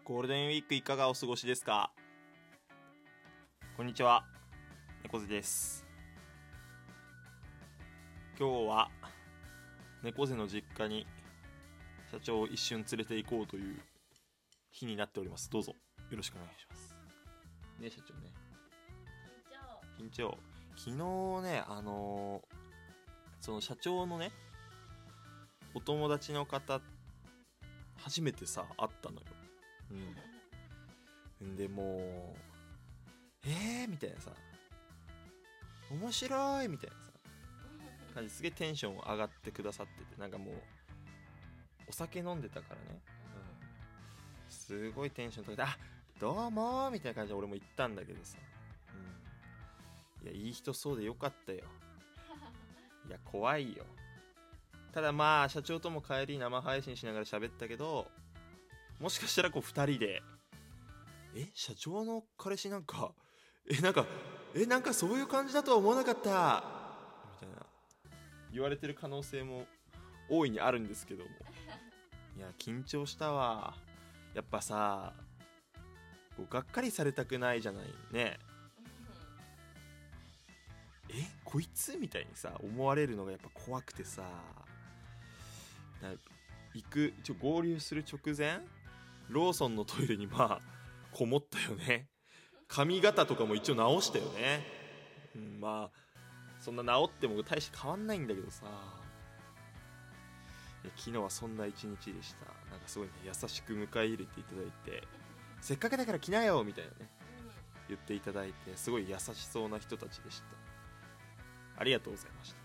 ゴールデンウィークいかがお過ごしですか？こんにちは、猫背です。今日は猫背の実家に社長を一瞬連れて行こうという日になっております。どうぞよろしくお願いします。ね、社長ね。緊張。昨日ね、その社長のね、お友達の方初めてさ会ったのよ。でもうみたいなさ、面白いみたいなさ感じ、すげえテンション上がってくださってて、なんかもうお酒飲んでたからね、すごいテンション高くて、あ、どうもみたいな感じで俺も言ったんだけどさ、いや、いい人そうでよかったよ。いや、怖いよ。ただまあ社長とも帰り生配信しながら喋ったけど、もしかしたらこう2人で社長の彼氏なんかなんかそういう感じだとは思わなかったみたいな言われてる可能性も大いにあるんですけども、いや緊張したわ。やっぱさ、こうがっかりされたくないじゃないね。こいつみたいにさ思われるのがやっぱ怖くてさ、合流する直前ローソンのトイレにまあこもったよね。髪型とかも一応直したよね。まあそんな直っても大して変わんないんだけどさ、昨日はそんな一日でした。なんかすごいね、優しく迎え入れていただいて、せっかくだから来なよみたいなね言っていただいて、すごい優しそうな人たちでした。ありがとうございました。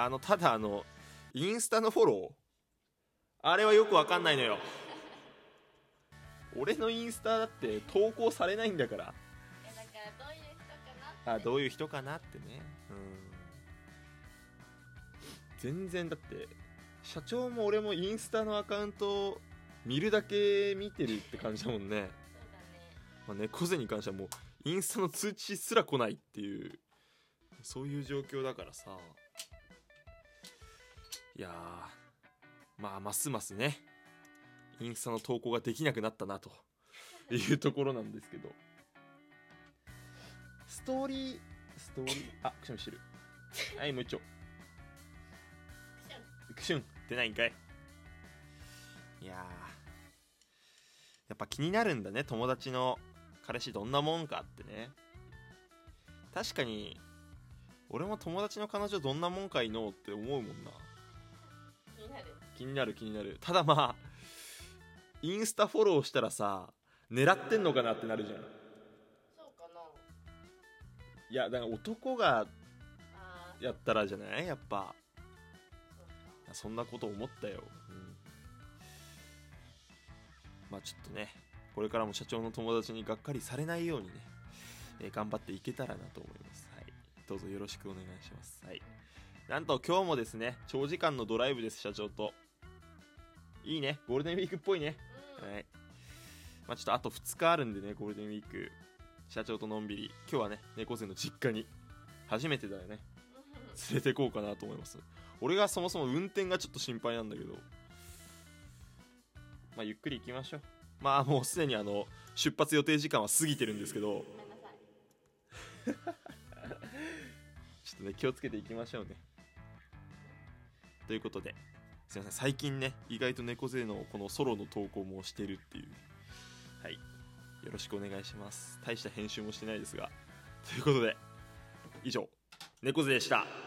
ただインスタのフォロー、あれはよくわかんないのよ。俺のインスタだって投稿されないんだから。 だからどういう人かなって、 どういう人かなってね。全然だって社長も俺もインスタのアカウント見るだけ見てるって感じだもんね。 そうだね。 まあ、猫背に関してはもうインスタの通知すら来ないっていう、そういう状況だからさ。いやー、まあますますねインスタの投稿ができなくなったなというところなんですけど、ストーリーあ、くしゃみしてる。はい、もう一丁。クシュン出ないんかい。いやー、やっぱ気になるんだね、友達の彼氏どんなもんかってね。確かに俺も友達の彼女どんなもんかいのって思うもんな。気になる。ただまあインスタフォローしたらさ、狙ってんのかなってなるじゃん。 そうかな。 いやだから男がやったらじゃない、やっぱそんなこと思ったよ。まあちょっとね、これからも社長の友達にがっかりされないようにね、頑張っていけたらなと思います。はい、どうぞよろしくお願いします。はい、なんと今日もですね、長時間のドライブです。社長と。いいね、ゴールデンウィークっぽいね。はい、まあちょっとあと2日あるんでね、ゴールデンウィーク社長とのんびり、今日はね猫背の実家に初めてだよね連れてこうかなと思います。俺がそもそも運転がちょっと心配なんだけど、まあゆっくり行きましょう。まあもうすでに出発予定時間は過ぎてるんですけど、 ごめんなさい。 ちょっとね気をつけていきましょうね。ということで、すいません、最近ね意外と猫背のこのソロの投稿もしてるっていう、はい、よろしくお願いします。大した編集もしてないですが。ということで以上、猫背でした。